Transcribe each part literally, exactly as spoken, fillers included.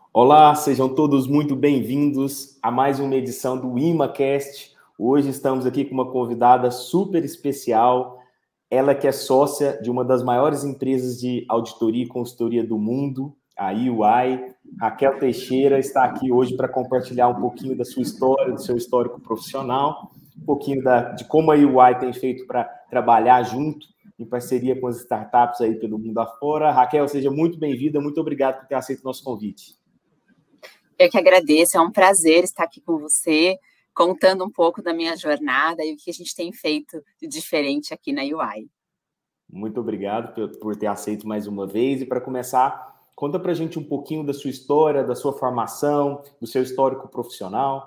Olá, sejam todos muito bem-vindos a mais uma edição do IMAcast. Hoje estamos aqui com uma convidada super especial, ela que é sócia de uma das maiores empresas de auditoria e consultoria do mundo, a E Y. Raquel Teixeira está aqui hoje para compartilhar um pouquinho da sua história, do seu histórico profissional, um pouquinho da, de como a E Y tem feito para trabalhar junto, em parceria com as startups aí pelo mundo afora. Raquel, seja muito bem-vinda, muito obrigado por ter aceito o nosso convite. Eu que agradeço, é um prazer estar aqui com você, contando um pouco da minha jornada e o que a gente tem feito de diferente aqui na E Y. Muito obrigado por ter aceito mais uma vez. E para começar, conta para a gente um pouquinho da sua história, da sua formação, do seu histórico profissional.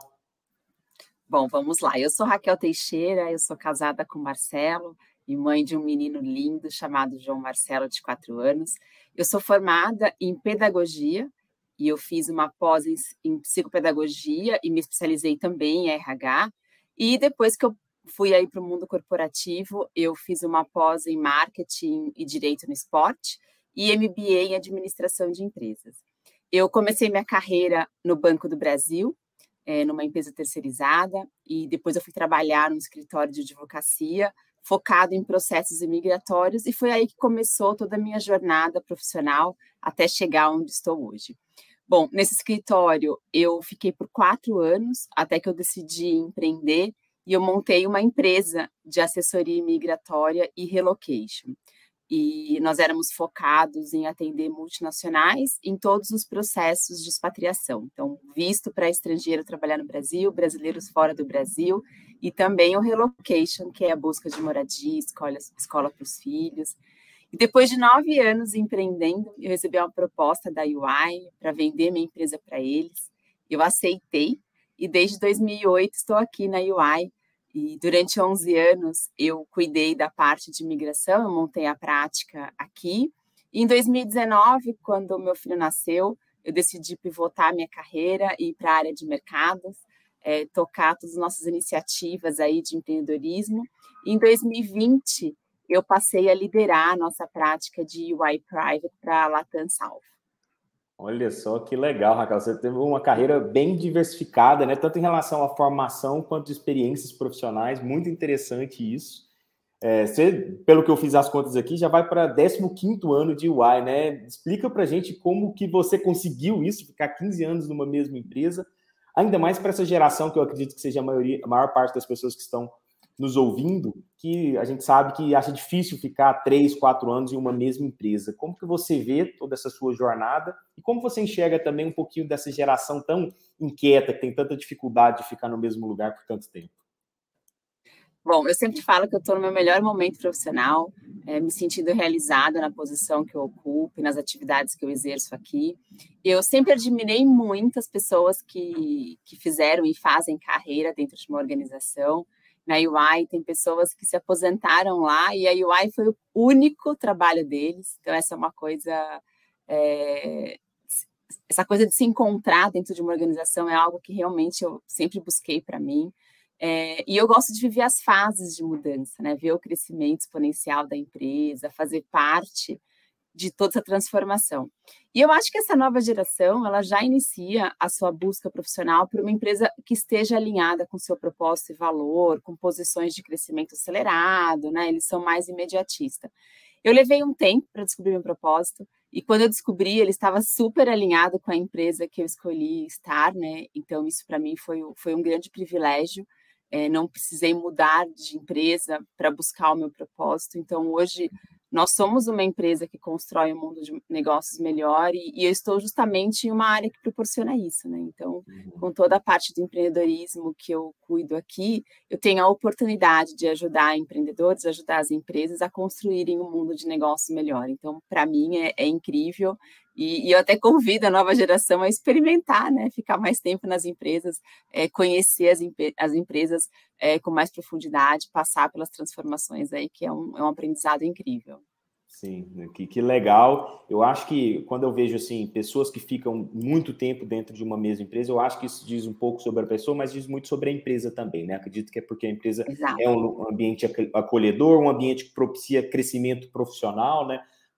Bom, vamos lá. Eu sou Raquel Teixeira, eu sou casada com Marcelo e mãe de um menino lindo chamado João Marcelo, de quatro anos. Eu sou formada em pedagogia e eu fiz uma pós em, em psicopedagogia e me especializei também em R H. E depois que eu fui aí para o mundo corporativo, eu fiz uma pós em marketing e direito no esporte e M B A em administração de empresas. Eu comecei minha carreira no Banco do Brasil, é, numa empresa terceirizada, e depois eu fui trabalhar num escritório de advocacia focado em processos imigratórios, e foi aí que começou toda a minha jornada profissional até chegar onde estou hoje. Bom, nesse escritório eu fiquei por quatro anos, até que eu decidi empreender, e eu montei uma empresa de assessoria imigratória e relocation. E nós éramos focados em atender multinacionais em todos os processos de expatriação. Então, visto para estrangeiro trabalhar no Brasil, brasileiros fora do Brasil, e também o relocation, que é a busca de moradia, escola, escola para os filhos. E depois de nove anos empreendendo, eu recebi uma proposta da E Y para vender minha empresa para eles. Eu aceitei e desde dois mil e oito estou aqui na E Y. E durante onze anos eu cuidei da parte de imigração, eu montei a prática aqui. E em dois mil e dezenove, quando o meu filho nasceu, eu decidi pivotar minha carreira e ir para a área de mercados, é, tocar todas as nossas iniciativas aí de empreendedorismo. E em dois mil e vinte, eu passei a liderar a nossa prática de E Y Private para a Latam South. Olha só que legal, Raquel. Você teve uma carreira bem diversificada, né? Tanto em relação à formação quanto de experiências profissionais. Muito interessante isso. É, você, pelo que eu fiz as contas aqui, já vai para décimo quinto ano de E Y, né? Explica para a gente como que você conseguiu isso, ficar quinze anos numa mesma empresa, ainda mais para essa geração, que eu acredito que seja a, maioria, a maior parte das pessoas que estão nos ouvindo, que a gente sabe que acha difícil ficar três, quatro anos em uma mesma empresa. Como que você vê toda essa sua jornada e como você enxerga também um pouquinho dessa geração tão inquieta, que tem tanta dificuldade de ficar no mesmo lugar por tanto tempo? Bom, eu sempre falo que eu estou no meu melhor momento profissional, é, me sentindo realizada na posição que eu ocupo e nas atividades que eu exerço aqui. Eu sempre admirei muito as pessoas que, que fizeram e fazem carreira dentro de uma organização. Na E Y tem pessoas que se aposentaram lá e a E Y foi o único trabalho deles. Então essa é uma coisa, é, essa coisa de se encontrar dentro de uma organização é algo que realmente eu sempre busquei para mim. É, e eu gosto de viver as fases de mudança, né? Ver o crescimento exponencial da empresa, fazer parte de toda essa transformação. E eu acho que essa nova geração, ela já inicia a sua busca profissional por uma empresa que esteja alinhada com seu propósito e valor, com posições de crescimento acelerado, né? Eles são mais imediatistas. Eu levei um tempo para descobrir meu propósito, e quando eu descobri, ele estava super alinhado com a empresa que eu escolhi estar, né? Então, isso para mim foi, foi um grande privilégio. É, não precisei mudar de empresa para buscar o meu propósito. Então, hoje, nós somos uma empresa que constrói um mundo de negócios melhor e, e eu estou justamente em uma área que proporciona isso, né? Então, com toda a parte do empreendedorismo que eu cuido aqui, eu tenho a oportunidade de ajudar empreendedores, ajudar as empresas a construírem um mundo de negócios melhor. Então, para mim, é, é incrível. E, e eu até convido a nova geração a experimentar, né? Ficar mais tempo nas empresas, é, conhecer as, as empresas é, com mais profundidade, passar pelas transformações aí, que é um, é um aprendizado incrível. Sim, que, que legal. Eu acho que quando eu vejo assim pessoas que ficam muito tempo dentro de uma mesma empresa, eu acho que isso diz um pouco sobre a pessoa, mas diz muito sobre a empresa também, né? Acredito que é porque a empresa Exato. é um ambiente acolhedor, um ambiente que propicia crescimento profissional, né?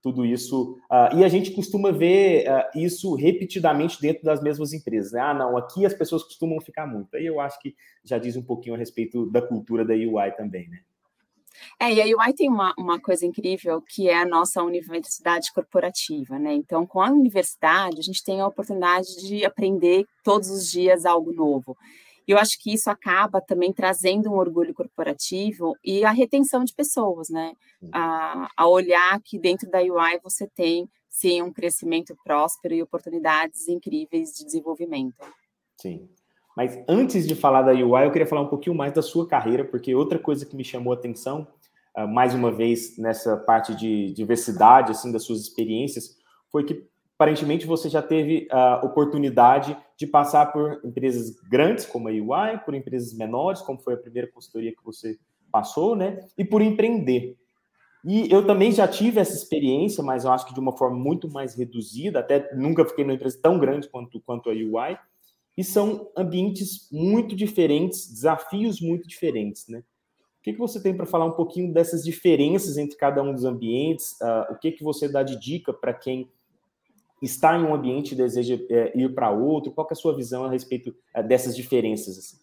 tudo isso. Uh, e a gente costuma ver uh, isso repetidamente dentro das mesmas empresas. Né? Ah, não, aqui as pessoas costumam ficar muito. Aí eu acho que já diz um pouquinho a respeito da cultura da U I também, né? É, e a U I tem uma, uma coisa incrível, que é a nossa universidade corporativa, né? Então, com a universidade, a gente tem a oportunidade de aprender todos os dias algo novo. E eu acho que isso acaba também trazendo um orgulho corporativo e a retenção de pessoas, né? A, a olhar que dentro da U I você tem, sim, um crescimento próspero e oportunidades incríveis de desenvolvimento. Sim. Mas antes de falar da U I, eu queria falar um pouquinho mais da sua carreira, porque outra coisa que me chamou a atenção, uh, mais uma vez, nessa parte de diversidade, assim, das suas experiências, foi que, aparentemente, você já teve a oportunidade de passar por empresas grandes, como a U I, por empresas menores, como foi a primeira consultoria que você passou, né? E por empreender. E eu também já tive essa experiência, mas eu acho que de uma forma muito mais reduzida, até nunca fiquei numa empresa tão grande quanto, quanto a U I, e são ambientes muito diferentes, desafios muito diferentes, né? O que, que você tem para falar um pouquinho dessas diferenças entre cada um dos ambientes? Uh, o que, que você dá de dica para quem está em um ambiente e deseja é, ir para outro? Qual que é a sua visão a respeito uh, dessas diferenças? Assim?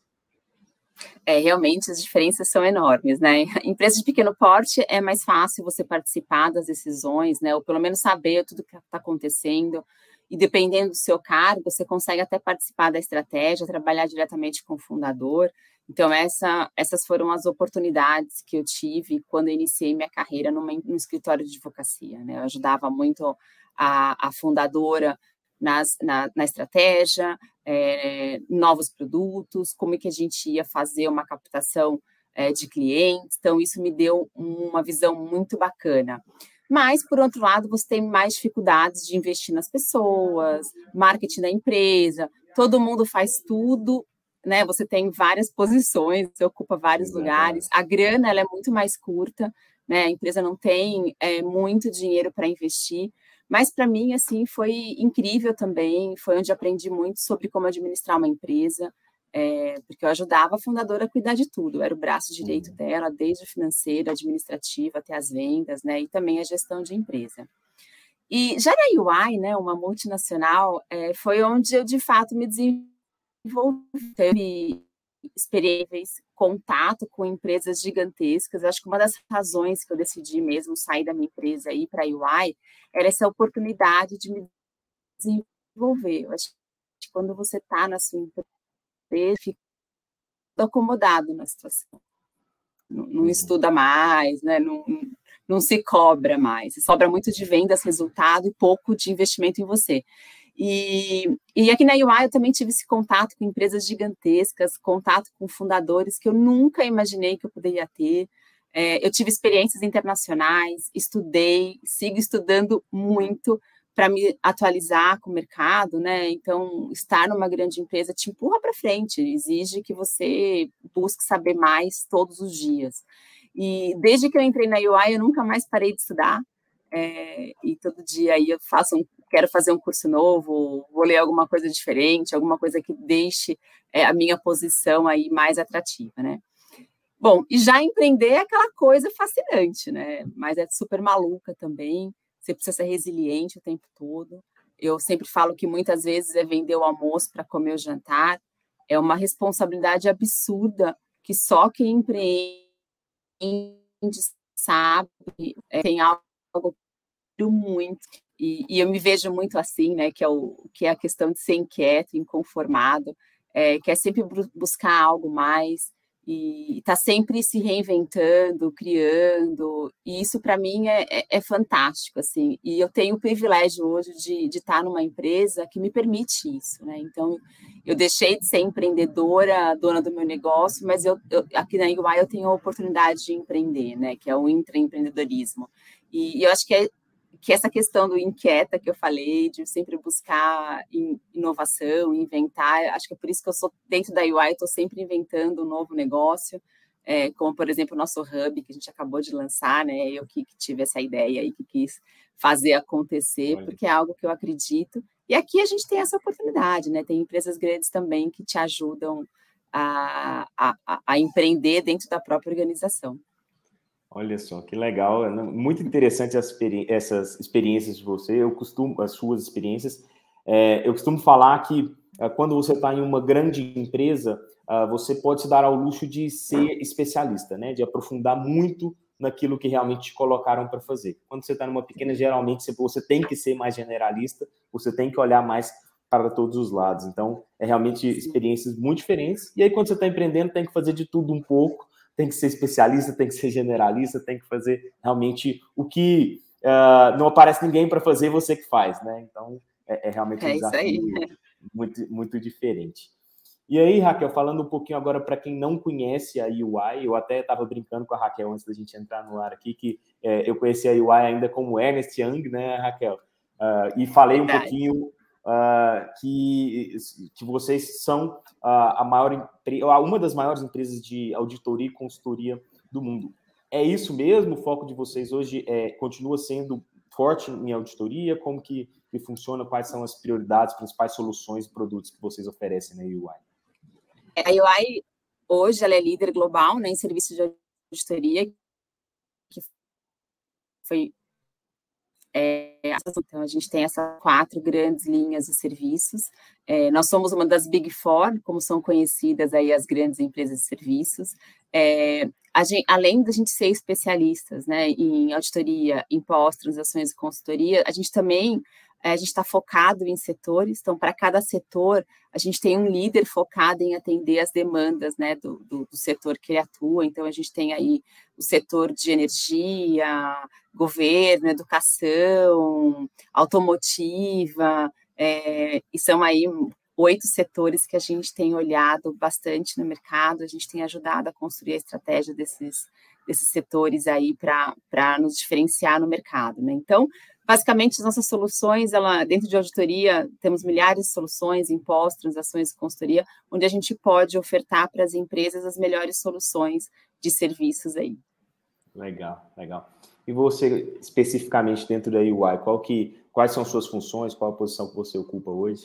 É, realmente as diferenças são enormes, né? Empresas de pequeno porte é mais fácil você participar das decisões, né? Ou pelo menos saber tudo que está acontecendo. E dependendo do seu cargo, você consegue até participar da estratégia, trabalhar diretamente com o fundador. Então, essa, essas foram as oportunidades que eu tive quando eu iniciei minha carreira numa, num escritório de advocacia, né? Eu ajudava muito a, a fundadora nas, na, na estratégia, é, novos produtos, como é que a gente ia fazer uma captação é, de clientes. Então, isso me deu uma visão muito bacana. Mas, por outro lado, você tem mais dificuldades de investir nas pessoas, marketing da empresa, todo mundo faz tudo, né? Você tem várias posições, você ocupa vários Exatamente. lugares, a grana ela é muito mais curta, né? A empresa não tem é, muito dinheiro para investir. Mas, para mim, assim, foi incrível também, foi onde aprendi muito sobre como administrar uma empresa, é, porque eu ajudava a fundadora a cuidar de tudo, eu era o braço direito uhum. dela, desde o financeiro, administrativo, até as vendas, né, e também a gestão de empresa. E já na U I, né, uma multinacional, é, foi onde eu, de fato, me desenvolvi, teve experiências, contato com empresas gigantescas. Eu acho que uma das razões que eu decidi mesmo sair da minha empresa e ir para a U I era essa oportunidade de me desenvolver. Eu acho que quando você está na sua empresa, fica acomodado na situação. Não, não estuda mais, né? não, não se cobra mais. Se cobra muito de vendas, resultado e pouco de investimento em você. E, e aqui na U I eu também tive esse contato com empresas gigantescas, contato com fundadores que eu nunca imaginei que eu poderia ter. É, eu tive experiências internacionais, estudei, sigo estudando muito para me atualizar com o mercado, né? Então, estar numa grande empresa te empurra para frente, exige que você busque saber mais todos os dias. E desde que eu entrei na U I, eu nunca mais parei de estudar. É, e todo dia aí eu faço um, quero fazer um curso novo, vou ler alguma coisa diferente, alguma coisa que deixe é, a minha posição aí mais atrativa, né? Bom, e já empreender é aquela coisa fascinante, né? Mas é super maluca também, você precisa ser resiliente o tempo todo. Eu sempre falo que muitas vezes é vender o almoço para comer o jantar, é uma responsabilidade absurda que só quem empreende sabe, é, tem algo muito, e, e eu me vejo muito assim, né, que é, o, que é a questão de ser inquieto, inconformado, é, que é sempre buscar algo mais, e está sempre se reinventando, criando, e isso para mim é, é, é fantástico, assim, e eu tenho o privilégio hoje de, de estar numa empresa que me permite isso, né, então eu deixei de ser empreendedora, dona do meu negócio, mas eu, eu, aqui na U I eu tenho a oportunidade de empreender, né, que é o intraempreendedorismo, e, e eu acho que é que essa questão do inquieta que eu falei, de sempre buscar inovação, inventar, acho que é por isso que eu sou dentro da U I, estou sempre inventando um novo negócio, é, como, por exemplo, o nosso Hub, que a gente acabou de lançar, né? Eu que, que tive essa ideia e que quis fazer acontecer, Olha. porque é algo que eu acredito. E aqui a gente tem essa oportunidade, né? Tem empresas grandes também que te ajudam a, a, a empreender dentro da própria organização. Olha só, que legal, muito interessante as experi essas experiências de você, eu costumo, as suas experiências, é, eu costumo falar que quando você está em uma grande empresa, você pode se dar ao luxo de ser especialista, né, de aprofundar muito naquilo que realmente te colocaram para fazer. Quando você está numa pequena, geralmente você tem que ser mais generalista, você tem que olhar mais para todos os lados, então é realmente experiências muito diferentes, e aí quando você está empreendendo tem que fazer de tudo um pouco, tem que ser especialista, tem que ser generalista, tem que fazer realmente o que uh, não aparece ninguém para fazer, você que faz, né? Então, é, é realmente um É isso aí. desafio muito, muito diferente. E aí, Raquel, falando um pouquinho agora para quem não conhece a U I, eu até estava brincando com a Raquel antes da gente entrar no ar aqui, que é, eu conheci a U I ainda como Ernst Young, né, Raquel? Uh, e falei Verdade. um pouquinho Uh, que, que vocês são uh, a maior uma das maiores empresas de auditoria e consultoria do mundo. É isso mesmo? O foco de vocês hoje é, continua sendo forte em auditoria? Como que, que funciona? Quais são as prioridades, principais soluções e produtos que vocês oferecem na U I? A U I, hoje, ela é líder global, né, em serviços de auditoria, que foi É, então, a gente tem essas quatro grandes linhas de serviços. É, nós somos uma das Big Four, como são conhecidas aí as grandes empresas de serviços. É, gente, além da gente ser especialistas, né, em auditoria, em pós-transações e consultoria, a gente também a gente está focado em setores. Então, para cada setor, a gente tem um líder focado em atender as demandas, né, do, do, do setor que ele atua. Então, a gente tem aí o setor de energia, governo, educação, automotiva, é, e são aí oito setores que a gente tem olhado bastante no mercado, a gente tem ajudado a construir a estratégia desses, desses setores aí para nos diferenciar no mercado, né? Então, basicamente, as nossas soluções, ela, dentro de auditoria, temos milhares de soluções em pós, transações e consultoria, onde a gente pode ofertar para as empresas as melhores soluções de serviços aí. Legal, legal. E você, especificamente dentro da U I, qual que, quais são suas funções, qual a posição que você ocupa hoje?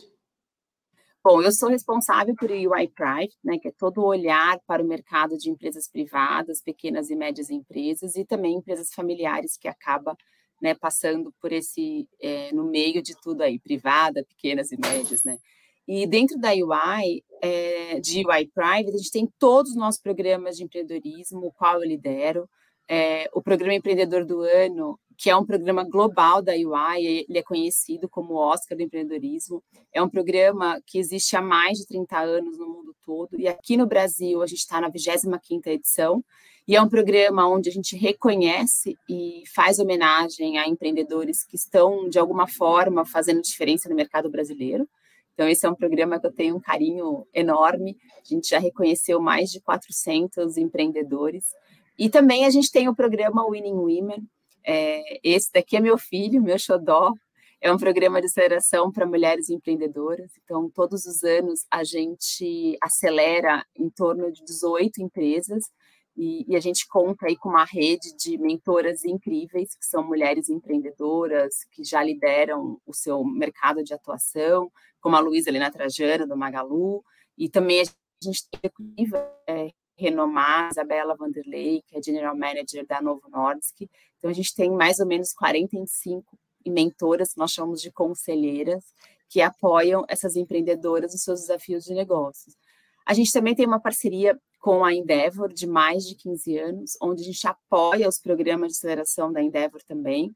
Bom, eu sou responsável por U I Private, né, que é todo o olhar para o mercado de empresas privadas, pequenas e médias empresas, e também empresas familiares, que acaba, né, passando por esse, é, no meio de tudo aí, privada, pequenas e médias, né. E dentro da U I, é, de U I Private, a gente tem todos os nossos programas de empreendedorismo, o qual eu lidero, é, o Programa Empreendedor do Ano, que é um programa global da U I, ele é conhecido como o Oscar do Empreendedorismo, é um programa que existe há mais de trinta anos no mundo todo, e aqui no Brasil a gente está na vigésima quinta edição, e é um programa onde a gente reconhece e faz homenagem a empreendedores que estão, de alguma forma, fazendo diferença no mercado brasileiro. Então, esse é um programa que eu tenho um carinho enorme, a gente já reconheceu mais de quatrocentos empreendedores, e também a gente tem o programa Winning Women. É, esse daqui é meu filho, meu xodó, é um programa de aceleração para mulheres empreendedoras. Então, todos os anos a gente acelera em torno de dezoito empresas e, e a gente conta aí com uma rede de mentoras incríveis, que são mulheres empreendedoras, que já lideram o seu mercado de atuação, como a Luísa Helena Trajano, do Magalu, e também a gente tem é, renomar a Isabela Vanderlei, que é General Manager da Novo Nordisk. Então, a gente tem mais ou menos quarenta e cinco mentoras, nós chamamos de conselheiras, que apoiam essas empreendedoras nos seus desafios de negócios. A gente também tem uma parceria com a Endeavor de mais de quinze anos, onde a gente apoia os programas de aceleração da Endeavor também.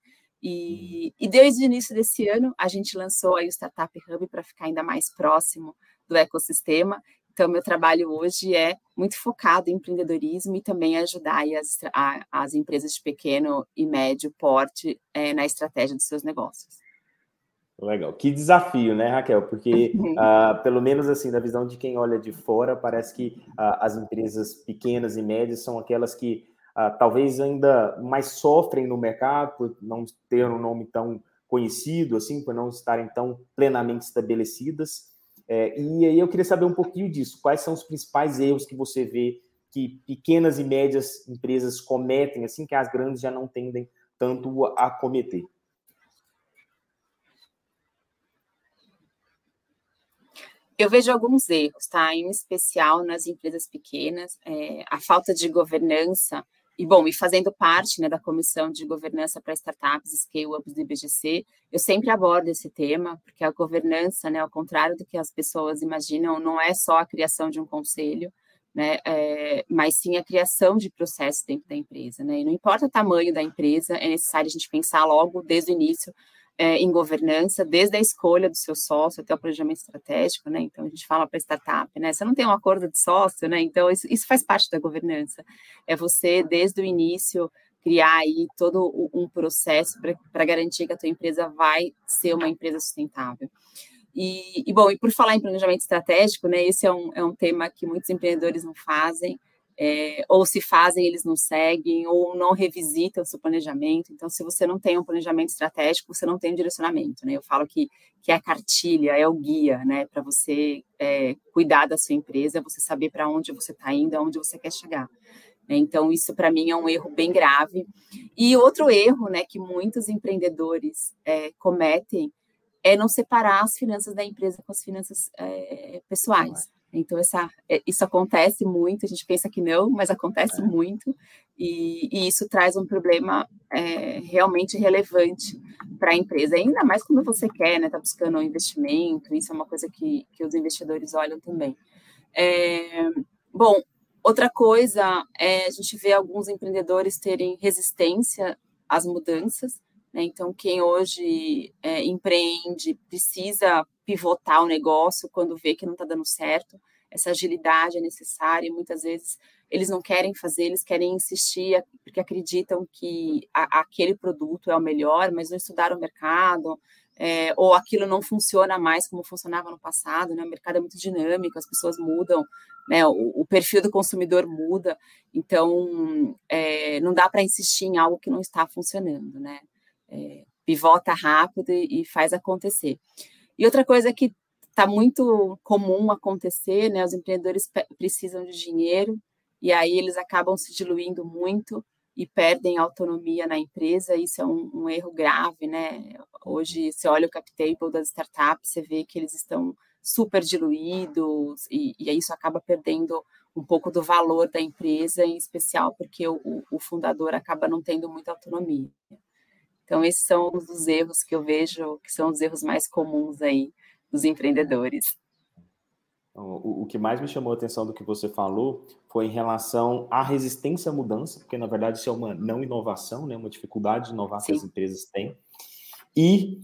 E, e desde o início desse ano, a gente lançou aí o Startup Hub para ficar ainda mais próximo do ecossistema. Então, meu trabalho hoje é muito focado em empreendedorismo e também ajudar as, a, as empresas de pequeno e médio porte é, na estratégia dos seus negócios. Legal. Que desafio, né, Raquel? Porque, uh, pelo menos assim, da visão de quem olha de fora, parece que uh, as empresas pequenas e médias são aquelas que uh, talvez ainda mais sofrem no mercado por não ter um nome tão conhecido, assim, por não estarem tão plenamente estabelecidas. É, e aí eu queria saber um pouquinho disso. Quais são os principais erros que você vê que pequenas e médias empresas cometem, assim, que as grandes já não tendem tanto a cometer? Eu vejo alguns erros, tá? Em especial nas empresas pequenas, é, a falta de governança e, bom, e fazendo parte, né, da Comissão de Governança para Startups e Scale-Ups do I B G C, eu sempre abordo esse tema, porque a governança, né, ao contrário do que as pessoas imaginam, não é só a criação de um conselho, né, é, mas sim a criação de processos dentro da empresa, né, e não importa o tamanho da empresa, é necessário a gente pensar logo desde o início é, em governança, desde a escolha do seu sócio até o planejamento estratégico, né, então a gente fala para startup, né, você não tem um acordo de sócio, né, então isso, isso faz parte da governança, é você desde o início criar aí todo um processo para garantir que a tua empresa vai ser uma empresa sustentável. E, e, bom, e por falar em planejamento estratégico, né, esse é um, é um tema que muitos empreendedores não fazem, é, ou se fazem, eles não seguem, ou não revisitam o seu planejamento. Então, se você não tem um planejamento estratégico, você não tem um direcionamento, né? Eu falo que, que é a cartilha, é o guia, né, para você é, cuidar da sua empresa, você saber para onde você está indo, aonde você quer chegar. Então, isso para mim é um erro bem grave. E outro erro, né, que muitos empreendedores é, cometem é não separar as finanças da empresa com as finanças é, pessoais. Então, essa, isso acontece muito, a gente pensa que não, mas acontece é. muito, e, e isso traz um problema é, realmente relevante para a empresa, ainda mais quando você quer, né, tá buscando um investimento, isso é uma coisa que, que os investidores olham também. É, bom, outra coisa é a gente vê alguns empreendedores terem resistência às mudanças, né? Então, quem hoje é, empreende precisa pivotar o negócio quando vê que não está dando certo. Essa agilidade é necessária e muitas vezes eles não querem fazer, eles querem insistir porque acreditam que a, aquele produto é o melhor, mas não estudaram o mercado, é, ou aquilo não funciona mais como funcionava no passado, né? O mercado é muito dinâmico, as pessoas mudam, né? o, o perfil do consumidor muda, então é, não dá para insistir em algo que não está funcionando, né? É, pivota rápido e, e faz acontecer. E outra coisa que está muito comum acontecer, né? Os empreendedores precisam de dinheiro e aí eles acabam se diluindo muito e perdem autonomia na empresa. Isso é um, um erro grave, né? Hoje, você olha o cap table das startups, você vê que eles estão super diluídos e, e isso acaba perdendo um pouco do valor da empresa, em especial porque o, o fundador acaba não tendo muita autonomia. Então, esses são os erros que eu vejo, que são os erros mais comuns aí dos empreendedores. O, o que mais me chamou a atenção do que você falou foi em relação à resistência à mudança, porque, na verdade, isso é uma não inovação, né? Uma dificuldade de inovar Sim. que as empresas têm, e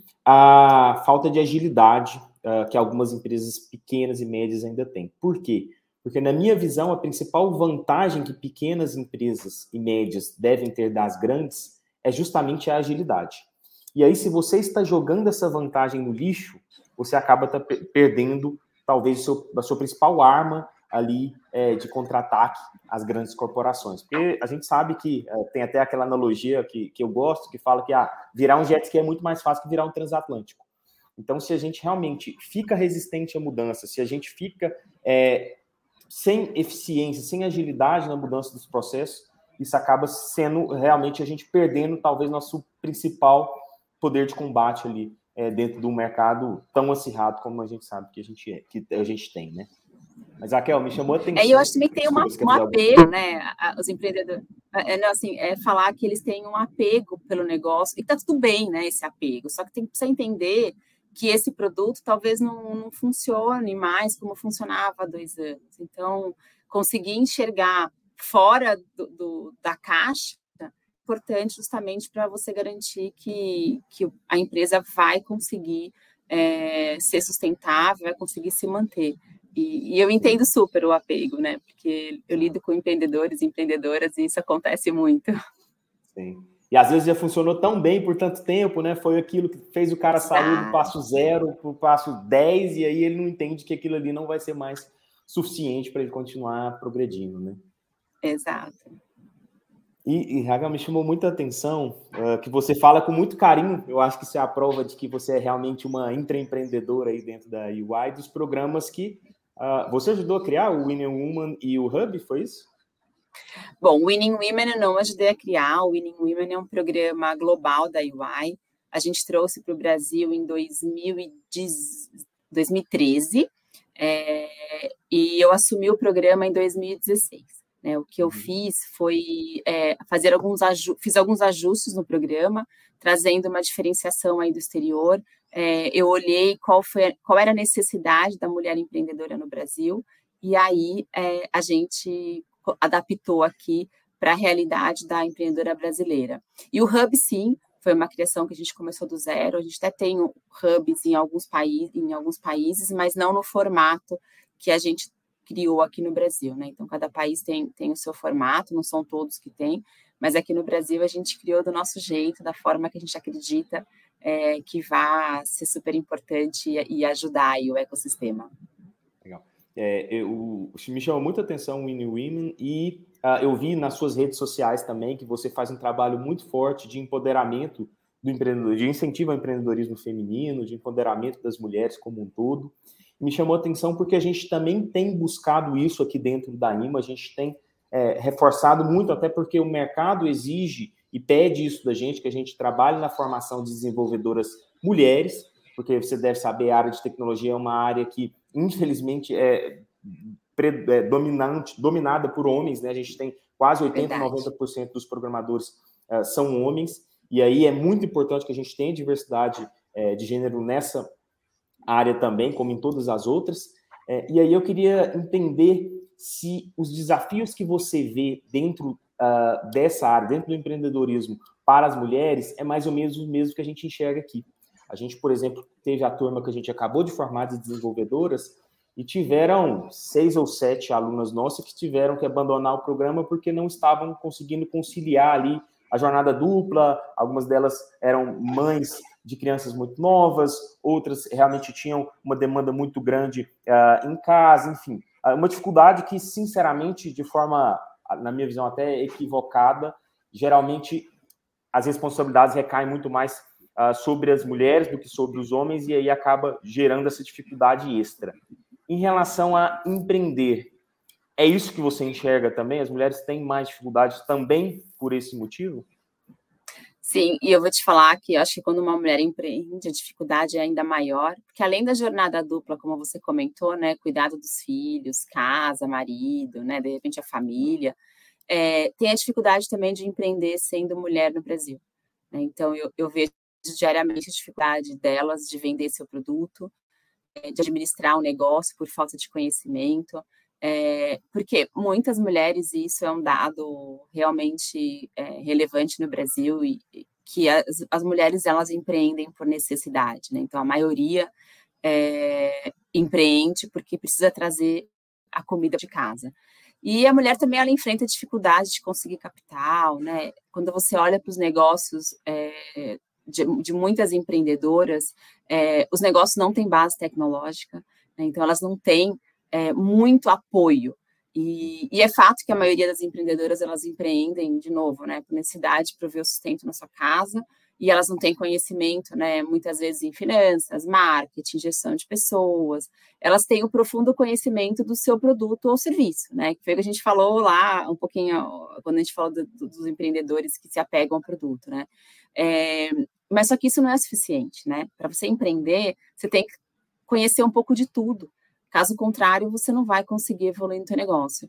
a falta de agilidade uh, que algumas empresas pequenas e médias ainda têm. Por quê? Porque, na minha visão, a principal vantagem que pequenas empresas e médias devem ter das grandes é justamente a agilidade. E aí, se você está jogando essa vantagem no lixo, você acaba tá perdendo, talvez, seu, a sua principal arma ali é, de contra-ataque às grandes corporações. Porque a gente sabe que, é, tem até aquela analogia que, que eu gosto, que fala que ah, virar um jet ski é muito mais fácil que virar um transatlântico. Então, se a gente realmente fica resistente à mudança, se a gente fica é, sem eficiência, sem agilidade na mudança dos processos, isso acaba sendo realmente a gente perdendo talvez nosso principal poder de combate ali é, dentro de um mercado tão acirrado como a gente sabe que a gente, é, que a gente tem, né? Mas, Raquel, me chamou a atenção. É, eu acho também que tem uma, um apego, né? Os empreendedores, é, não, assim, é falar que eles têm um apego pelo negócio, e tá tudo bem, né? Esse apego, só que tem que precisar entender que esse produto talvez não, não funcione mais como funcionava há dois anos. Então, conseguir enxergar fora do, do, da caixa é importante justamente para você garantir que, que a empresa vai conseguir é, ser sustentável, vai conseguir se manter. E, e eu entendo super o apego, né? Porque eu lido com empreendedores e empreendedoras e isso acontece muito. Sim. E às vezes já funcionou tão bem por tanto tempo, né? Foi aquilo que fez o cara sair do passo zero para o passo dez, e aí ele não entende que aquilo ali não vai ser mais suficiente para ele continuar progredindo, né? Exato. E, e Raga, me chamou muita atenção uh, que você fala com muito carinho. Eu acho que isso é a prova de que você é realmente uma intraempreendedora aí dentro da U I, dos programas que uh, você ajudou a criar, o Winning Woman e o Hub, foi isso? Bom, o Winning Women eu não ajudei a criar. O Winning Women é um programa global da U I. A gente trouxe para o Brasil em dois mil e treze, é, e eu assumi o programa em dois mil e dezesseis. né? O que eu fiz foi é, fazer alguns fiz alguns ajustes no programa, trazendo uma diferenciação aí do exterior. É, eu olhei qual foi qual era a necessidade da mulher empreendedora no Brasil e aí é, a gente adaptou aqui para a realidade da empreendedora brasileira. E o Hub, sim, foi uma criação que a gente começou do zero. A gente até tem hubs em alguns, paí em alguns países, mas não no formato que a gente criou aqui no Brasil, né? Então, cada país tem, tem o seu formato, não são todos que têm, mas aqui no Brasil a gente criou do nosso jeito, da forma que a gente acredita é, que vai ser super importante e, e ajudar aí o ecossistema. Legal. É, eu, me chamou muita atenção o Winning Women e uh, eu vi nas suas redes sociais também que você faz um trabalho muito forte de empoderamento do empreendedor, de incentivo ao empreendedorismo feminino, de empoderamento das mulheres como um todo. Me chamou a atenção porque a gente também tem buscado isso aqui dentro da Anima, a gente tem é, reforçado muito, até porque o mercado exige e pede isso da gente, que a gente trabalhe na formação de desenvolvedoras mulheres, porque você deve saber, a área de tecnologia é uma área que, infelizmente, é, é dominante, dominada por homens, né? A gente tem quase oitenta, Verdade. noventa por cento dos programadores uh, são homens, e aí é muito importante que a gente tenha diversidade uh, de gênero nessa área também, como em todas as outras. Uh, e aí eu queria entender se os desafios que você vê dentro uh, dessa área, dentro do empreendedorismo para as mulheres, é mais ou menos o mesmo que a gente enxerga aqui. A gente, por exemplo, teve a turma que a gente acabou de formar de desenvolvedoras e tiveram seis ou sete alunas nossas que tiveram que abandonar o programa porque não estavam conseguindo conciliar ali a jornada dupla. Algumas delas eram mães de crianças muito novas, outras realmente tinham uma demanda muito grande uh, em casa, enfim. Uma dificuldade que, sinceramente, de forma, na minha visão, até equivocada, geralmente as responsabilidades recaem muito mais Uh, sobre as mulheres do que sobre os homens, e aí acaba gerando essa dificuldade extra. Em relação a empreender, é isso que você enxerga também? As mulheres têm mais dificuldades também por esse motivo? Sim, e eu vou te falar que eu acho que quando uma mulher empreende, a dificuldade é ainda maior, porque além da jornada dupla, como você comentou, né, cuidado dos filhos, casa, marido, né, de repente a família, é, tem a dificuldade também de empreender sendo mulher no Brasil. Né? Então, eu, eu vejo diariamente a dificuldade delas de vender seu produto, de administrar um negócio por falta de conhecimento, é, porque muitas mulheres, e isso é um dado realmente é, relevante no Brasil, e que as, as mulheres elas empreendem por necessidade, né? Então a maioria é, empreende porque precisa trazer a comida de casa. E a mulher também ela enfrenta dificuldade de conseguir capital, né? Quando você olha para os negócios é, De, de muitas empreendedoras, é, os negócios não têm base tecnológica, né? Então elas não têm é, muito apoio. E, e é fato que a maioria das empreendedoras, elas empreendem, de novo, né, por necessidade de prover o sustento na sua casa, e elas não têm conhecimento, né, muitas vezes em finanças, marketing, gestão de pessoas, elas têm o profundo conhecimento do seu produto ou serviço, né, que foi o que a gente falou lá um pouquinho, quando a gente falou do, do, dos empreendedores que se apegam ao produto, né. É, mas só que isso não é suficiente, né? Para você empreender, você tem que conhecer um pouco de tudo. Caso contrário, você não vai conseguir evoluir no seu negócio.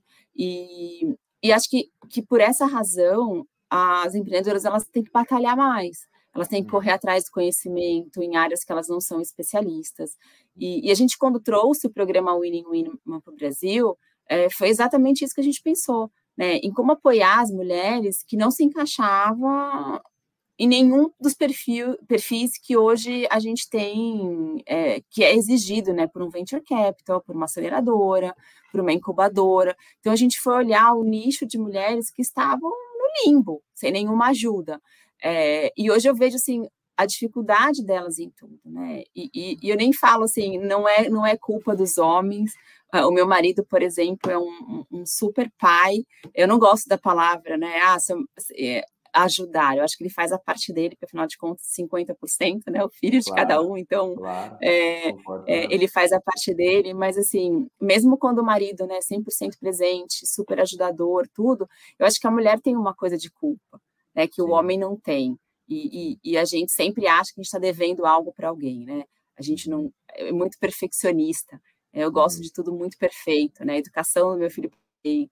E, e acho que, que por essa razão, as empreendedoras elas têm que batalhar mais. Elas têm que correr atrás do conhecimento em áreas que elas não são especialistas. E, e a gente, quando trouxe o programa Winning Women para o Brasil, é, foi exatamente isso que a gente pensou, né? Em como apoiar as mulheres que não se encaixavam em nenhum dos perfil, perfis que hoje a gente tem, é, que é exigido, né, por um venture capital, por uma aceleradora, por uma incubadora. Então, a gente foi olhar o nicho de mulheres que estavam no limbo, sem nenhuma ajuda. É, e hoje eu vejo, assim, a dificuldade delas em tudo, né? E, e, e eu nem falo, assim, não é, não é culpa dos homens. O meu marido, por exemplo, é um, um super pai. Eu não gosto da palavra, né? Ah, é, ajudar, eu acho que ele faz a parte dele, porque afinal de contas, cinquenta por cento, né, o filho de claro, cada um, então claro, é, é, ele faz a parte dele, mas assim, mesmo quando o marido, né, cem por cento presente, super ajudador, tudo, eu acho que a mulher tem uma coisa de culpa, né, que Sim. o homem não tem, e, e, e a gente sempre acha que a gente está devendo algo para alguém, né, a gente não, é muito perfeccionista, eu gosto uhum. de tudo muito perfeito, né, a educação do meu filho perfeita,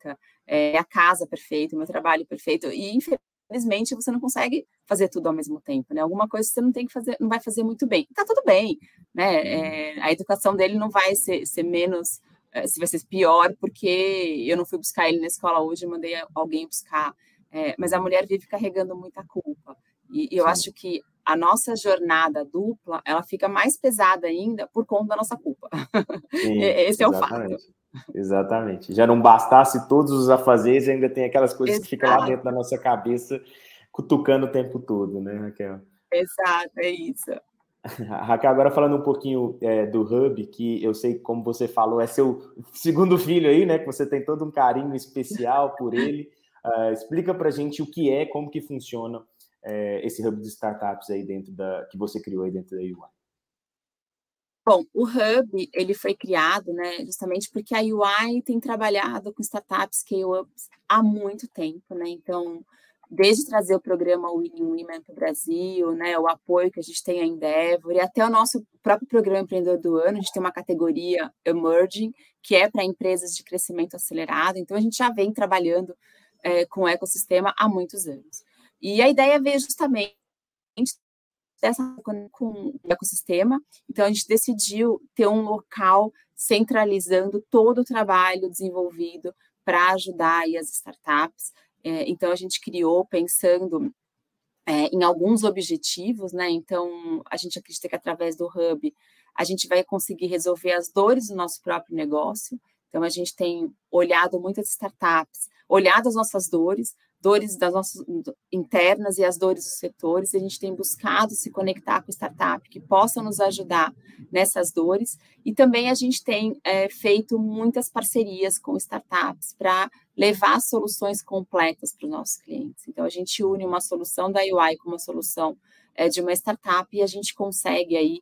é a casa perfeita, o meu trabalho perfeito, e infelizmente você não consegue fazer tudo ao mesmo tempo, né? Alguma coisa você não tem que fazer, não vai fazer muito bem. Tá tudo bem, né? É, a educação dele não vai ser, ser menos, se vai ser pior, porque eu não fui buscar ele na escola hoje, mandei alguém buscar. É, mas a mulher vive carregando muita culpa. E, e eu Sim. acho que a nossa jornada dupla, ela fica mais pesada ainda por conta da nossa culpa. Sim, Esse é o exatamente. fato. Exatamente. Já não bastasse todos os afazeres, ainda tem aquelas coisas Exato. que ficam lá dentro da nossa cabeça, cutucando o tempo todo, né, Raquel? Exato, é isso. Raquel, agora falando um pouquinho é, do Hub, que eu sei, como você falou, é seu segundo filho aí, né? Que você tem todo um carinho especial por ele. Uh, explica pra gente o que é, como que funciona é, esse Hub de startups aí dentro da, que você criou aí dentro da U I. Bom, o Hub, ele foi criado, né, justamente porque a U I tem trabalhado com startups, scale-ups há muito tempo, né, então, desde trazer o programa Winning Women para o Brasil, né, o apoio que a gente tem a Endeavor, e até o nosso próprio programa Empreendedor do Ano, a gente tem uma categoria Emerging, que é para empresas de crescimento acelerado, então a gente já vem trabalhando é, com o ecossistema há muitos anos. E a ideia veio justamente dessa com o ecossistema, então a gente decidiu ter um local centralizando todo o trabalho desenvolvido para ajudar aí as startups. É, então a gente criou pensando é, em alguns objetivos, né? Então a gente acredita que através do Hub a gente vai conseguir resolver as dores do nosso próprio negócio. Então a gente tem olhado muitas startups, olhado as nossas dores, dores das nossas internas e as dores dos setores, e a gente tem buscado se conectar com startup que possam nos ajudar nessas dores, e também a gente tem é, feito muitas parcerias com startups para levar soluções completas para os nossos clientes. Então, a gente une uma solução da U I com uma solução é, de uma startup e a gente consegue aí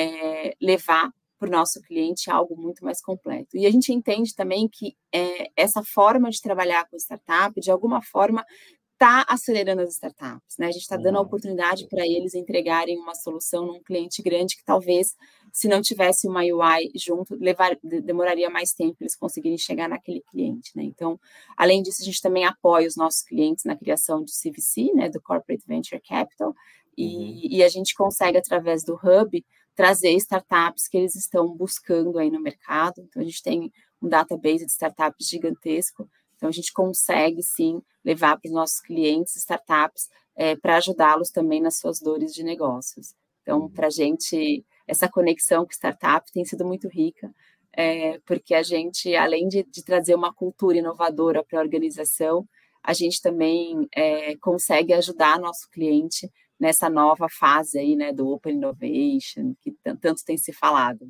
é, levar para o nosso cliente algo muito mais completo. E a gente entende também que é, essa forma de trabalhar com startup, de alguma forma, está acelerando as startups, né? A gente está dando a oportunidade para eles entregarem uma solução num cliente grande que talvez, se não tivesse uma U I junto, levar, demoraria mais tempo eles conseguirem chegar naquele cliente, né? Então, além disso, a gente também apoia os nossos clientes na criação do C V C, né? Do Corporate Venture Capital, e, uhum. e a gente consegue, através do Hub, trazer startups que eles estão buscando aí no mercado. Então, a gente tem um database de startups gigantesco. Então, a gente consegue, sim, levar para os nossos clientes, startups, é, para ajudá-los também nas suas dores de negócios. Então, para a gente, essa conexão com startup tem sido muito rica, é, porque a gente, além de, de trazer uma cultura inovadora para a organização, a gente também é, consegue ajudar nosso cliente nessa nova fase aí, né, do Open Innovation, que tanto tem se falado.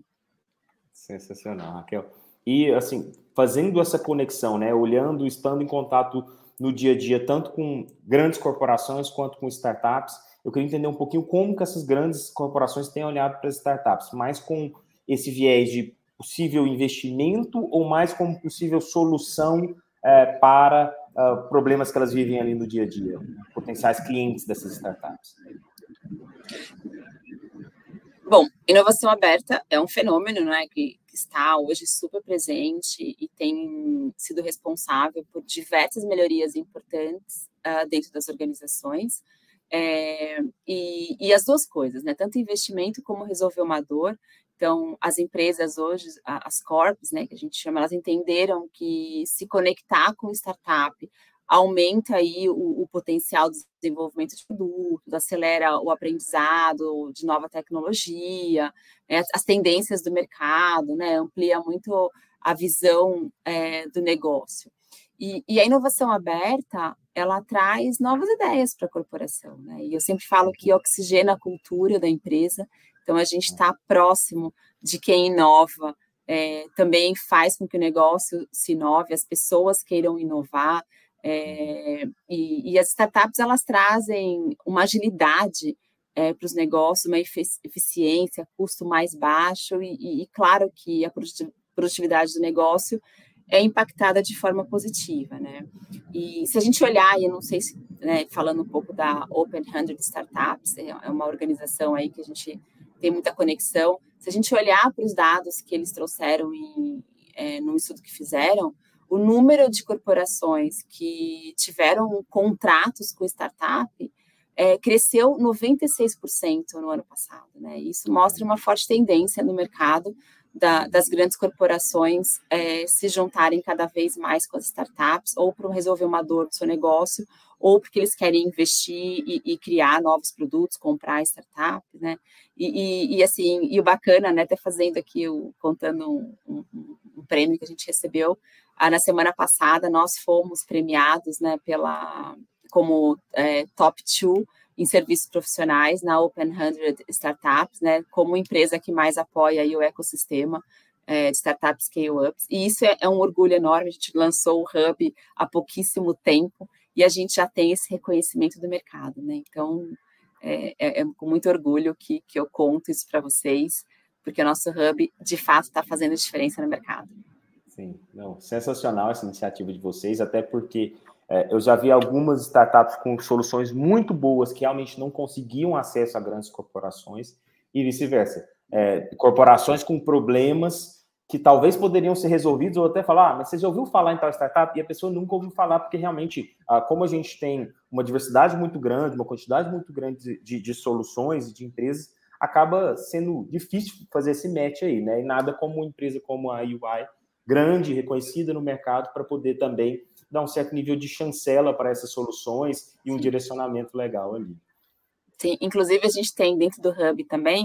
Sensacional, Raquel. E, assim, fazendo essa conexão, né, olhando, estando em contato no dia a dia, tanto com grandes corporações quanto com startups, eu queria entender um pouquinho como que essas grandes corporações têm olhado para as startups, mais com esse viés de possível investimento ou mais como possível solução é, para uh, problemas que elas vivem ali no dia a dia, potenciais clientes dessas startups? Bom, inovação aberta é um fenômeno, né, que, que está hoje super presente e tem sido responsável por diversas melhorias importantes uh, dentro das organizações. É, e, e as duas coisas, né, tanto investimento como resolver uma dor. Então, as empresas hoje, as corps, né, que a gente chama, elas entenderam que se conectar com startup aumenta aí o, o potencial de desenvolvimento de produtos, acelera o aprendizado de nova tecnologia, né, as tendências do mercado, né, amplia muito a visão é, do negócio. E, e a inovação aberta, ela traz novas ideias para a corporação, né? E eu sempre falo que oxigena a cultura da empresa, então a gente está próximo de quem inova, é, também faz com que o negócio se inove, as pessoas queiram inovar, é, e, e as startups, elas trazem uma agilidade é, para os negócios, uma eficiência, custo mais baixo, e, e, e claro que a produtividade do negócio é impactada de forma positiva, né? E se a gente olhar, e eu não sei se, né, falando um pouco da Open cem Startups, é uma organização aí que a gente tem muita conexão, se a gente olhar para os dados que eles trouxeram em, é, no estudo que fizeram, o número de corporações que tiveram contratos com startup é, cresceu noventa e seis por cento no ano passado, né? Isso mostra uma forte tendência no mercado da, das grandes corporações é, se juntarem cada vez mais com as startups, ou para resolver uma dor do seu negócio, ou porque eles querem investir e, e criar novos produtos, comprar startups, né? E, e, e assim, e o bacana, né? Até fazendo aqui, o, contando um, um, um prêmio que a gente recebeu, ah, na semana passada nós fomos premiados, né? Pela como é, top two em serviços profissionais na Open cem Startups, né, como empresa que mais apoia aí o ecossistema é, de startups scale-ups, e isso é, é um orgulho enorme. A gente lançou o Hub há pouquíssimo tempo e a gente já tem esse reconhecimento do mercado, né, então é, é, é com muito orgulho que, que eu conto isso para vocês, porque o nosso Hub, de fato, está fazendo diferença no mercado. Sim, não, sensacional essa iniciativa de vocês, até porque é, eu já vi algumas startups com soluções muito boas que realmente não conseguiam acesso a grandes corporações e vice-versa. É, corporações com problemas que talvez poderiam ser resolvidos, ou até falar, ah, mas você já ouviu falar em tal startup? E a pessoa nunca ouviu falar, porque realmente, ah, como a gente tem uma diversidade muito grande, uma quantidade muito grande de, de soluções e de empresas, acaba sendo difícil fazer esse match aí, né? E nada como uma empresa como a U I, grande, reconhecida no mercado, para poder também dar um certo nível de chancela para essas soluções e um Sim. direcionamento legal ali. Sim, inclusive a gente tem dentro do Hub também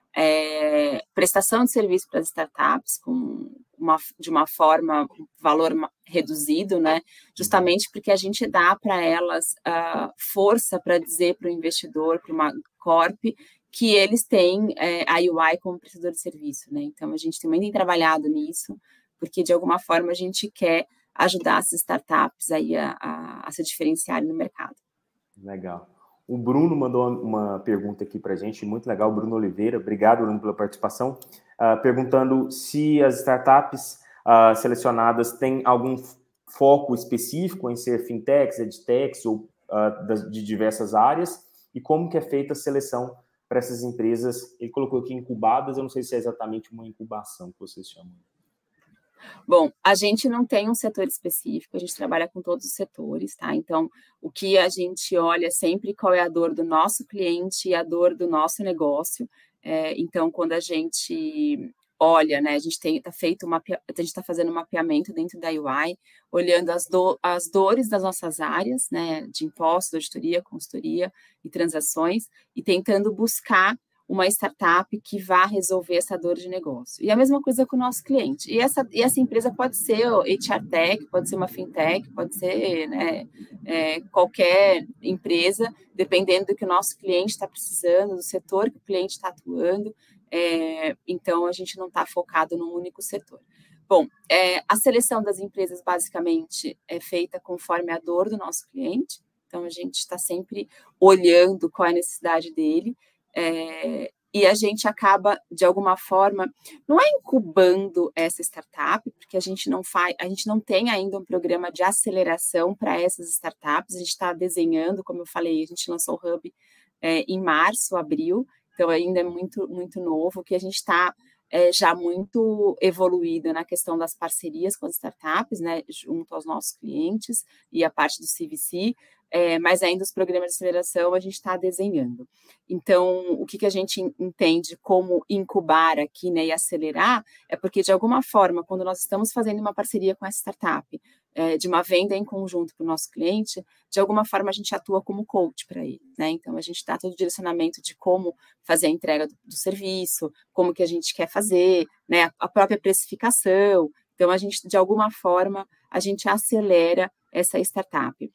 é, prestação de serviço para as startups com uma, de uma forma, valor reduzido, né? Justamente porque a gente dá para elas uh, força para dizer para o investidor, para uma corp, que eles têm é, a U I como prestador de serviço, né? Então a gente também tem trabalhado nisso, porque de alguma forma a gente quer ajudar essas startups aí a, a, a se diferenciarem no mercado. Legal. O Bruno mandou uma pergunta aqui para a gente, muito legal, Bruno Oliveira. Obrigado, Bruno, pela participação. Uh, perguntando se as startups uh, selecionadas têm algum foco específico em ser fintechs, edtechs ou uh, das, de diversas áreas, e como que é feita a seleção para essas empresas. Ele colocou aqui incubadas, eu não sei se é exatamente uma incubação que vocês chamam. Bom, a gente não tem um setor específico, a gente trabalha com todos os setores, tá? Então, o que a gente olha sempre qual é a dor do nosso cliente e a dor do nosso negócio. É, então, quando a gente olha, né, a gente tem tá feito uma, a gente está fazendo um mapeamento dentro da U I, olhando as, do, as dores das nossas áreas, né, de impostos, auditoria, consultoria e transações, e tentando buscar uma startup que vá resolver essa dor de negócio. E a mesma coisa com o nosso cliente. E essa, e essa empresa pode ser o H R Tech, pode ser uma fintech, pode ser, né, é, qualquer empresa, dependendo do que o nosso cliente está precisando, do setor que o cliente está atuando. É, então, a gente não está focado num único setor. Bom, é, a seleção das empresas, basicamente, é feita conforme a dor do nosso cliente. Então, a gente está sempre olhando qual é a necessidade dele. É, e a gente acaba, de alguma forma, não é incubando essa startup, porque a gente não faz, a gente não tem ainda um programa de aceleração para essas startups. A gente está desenhando, como eu falei, a gente lançou o Hub é, em março, abril, então ainda é muito, muito novo, que a gente está é, já muito evoluída na questão das parcerias com as startups, né, junto aos nossos clientes e a parte do C V C. É, mas ainda os programas de aceleração a gente está desenhando. Então, o que, que a gente entende como incubar aqui, né, e acelerar, é porque, de alguma forma, quando nós estamos fazendo uma parceria com essa startup, é, de uma venda em conjunto para o nosso cliente, de alguma forma a gente atua como coach para ele, né? Então, a gente dá todo o direcionamento de como fazer a entrega do, do serviço, como que a gente quer fazer, né, a própria precificação. Então, a gente, de alguma forma, a gente acelera essa startup.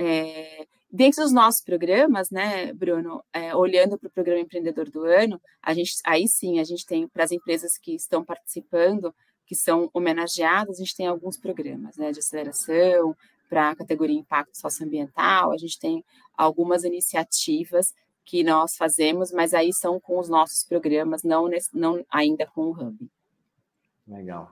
É, dentro dos nossos programas, né, Bruno, é, olhando para o programa Empreendedor do Ano, a gente, aí sim, a gente tem, para as empresas que estão participando, que são homenageadas, a gente tem alguns programas, né, de aceleração, para a categoria Impacto Socioambiental, a gente tem algumas iniciativas que nós fazemos, mas aí são com os nossos programas, não, nesse, não ainda com o Hub. Legal.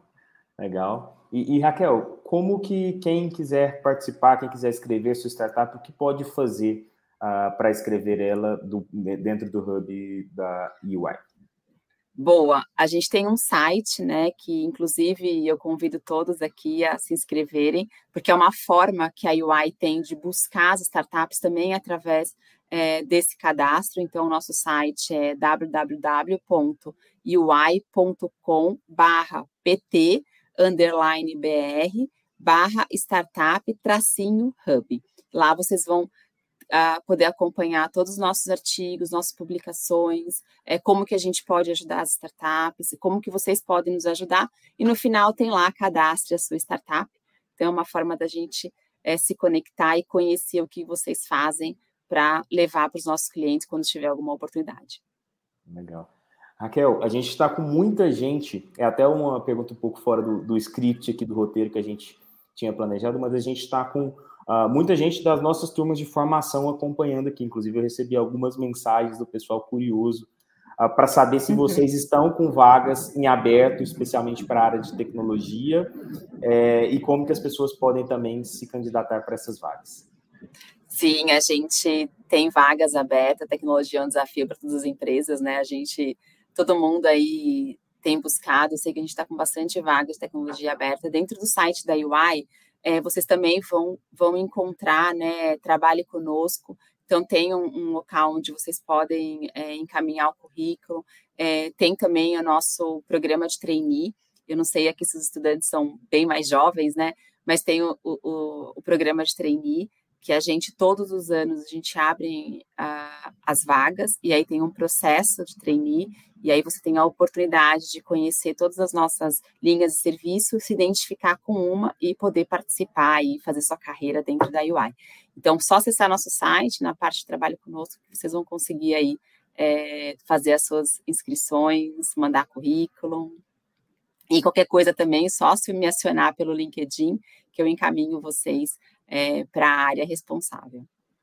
Legal. E, e, Raquel, como que quem quiser participar, quem quiser escrever sua startup, o que pode fazer uh, para escrever ela do, dentro do Hub da U I? Boa, a gente tem um site, né, que inclusive eu convido todos aqui a se inscreverem, porque é uma forma que a U I tem de buscar as startups também através é, desse cadastro. Então, o nosso site é w w w ponto u i ponto com barra pt underline br barra startup tracinho hub. Lá vocês vão a poder acompanhar todos os nossos artigos, nossas publicações, é, como que a gente pode ajudar as startups, como que vocês podem nos ajudar, e no final tem lá, cadastre a sua startup. Então, é uma forma da gente é, se conectar e conhecer o que vocês fazem para levar para os nossos clientes quando tiver alguma oportunidade. Legal. Raquel, a gente está com muita gente, é até uma pergunta um pouco fora do, do script aqui, do roteiro que a gente tinha planejado, mas a gente está com uh, muita gente das nossas turmas de formação acompanhando aqui. Inclusive, eu recebi algumas mensagens do pessoal curioso uh, para saber se vocês estão com vagas em aberto, especialmente para a área de tecnologia, é, e como que as pessoas podem também se candidatar para essas vagas. Sim, a gente tem vagas abertas, tecnologia é um desafio para todas as empresas, né? A gente, todo mundo aí tem buscado, eu sei que a gente está com bastante vagas de tecnologia aberta. Dentro do site da U I, é, vocês também vão, vão encontrar, né, trabalhe conosco. Então, tem um, um local onde vocês podem é, encaminhar o currículo. É, tem também o nosso programa de trainee. Eu não sei aqui se os estudantes são bem mais jovens, né? Mas tem o, o, o programa de trainee, que a gente, todos os anos, a gente abre uh, as vagas, e aí tem um processo de trainee, e aí você tem a oportunidade de conhecer todas as nossas linhas de serviço, se identificar com uma e poder participar e fazer sua carreira dentro da U I. Então, só acessar nosso site, na parte de trabalho conosco, vocês vão conseguir aí é, fazer as suas inscrições, mandar currículo. E qualquer coisa também, só se me acionar pelo LinkedIn, que eu encaminho vocês é, para a área responsável.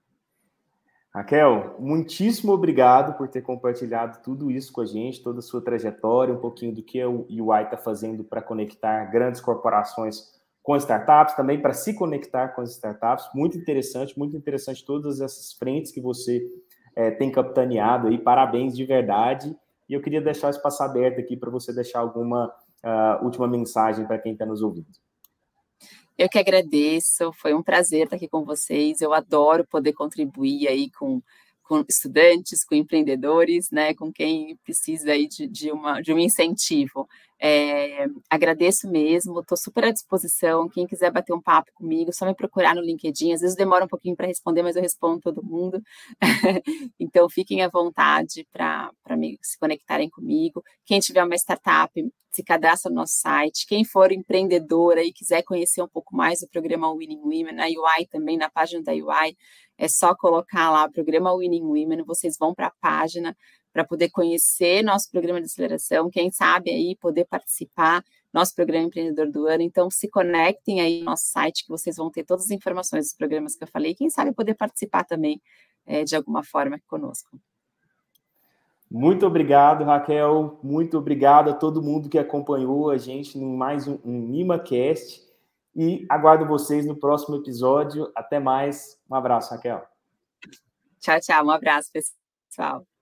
Raquel, muitíssimo obrigado por ter compartilhado tudo isso com a gente, toda a sua trajetória, um pouquinho do que o U I está fazendo para conectar grandes corporações com startups, também para se conectar com as startups. Muito interessante, muito interessante todas essas frentes que você é, tem capitaneado aí. Parabéns de verdade. E eu queria deixar o espaço aberto aqui para você deixar alguma uh, última mensagem para quem está nos ouvindo. Eu que agradeço, foi um prazer estar aqui com vocês. Eu adoro poder contribuir aí com, com estudantes, com empreendedores, né, com quem precisa aí de, de, uma, de um incentivo. É, agradeço mesmo, estou super à disposição. Quem quiser bater um papo comigo, só me procurar no LinkedIn. Às vezes demora um pouquinho para responder, mas eu respondo todo mundo. Então, fiquem à vontade para se conectarem comigo. Quem tiver uma startup, se cadastra no nosso site. Quem for empreendedora e quiser conhecer um pouco mais do programa Winning Women, na U I também, na página da U I, é só colocar lá o programa Winning Women, vocês vão para a página para poder conhecer nosso programa de aceleração, quem sabe aí poder participar, nosso programa Empreendedor do Ano. Então, se conectem aí no nosso site, que vocês vão ter todas as informações dos programas que eu falei, quem sabe poder participar também é, de alguma forma conosco. Muito obrigado, Raquel. Muito obrigado a todo mundo que acompanhou a gente em mais um, um MimaCast. E aguardo vocês no próximo episódio. Até mais. Um abraço, Raquel. Tchau, tchau. Um abraço, pessoal.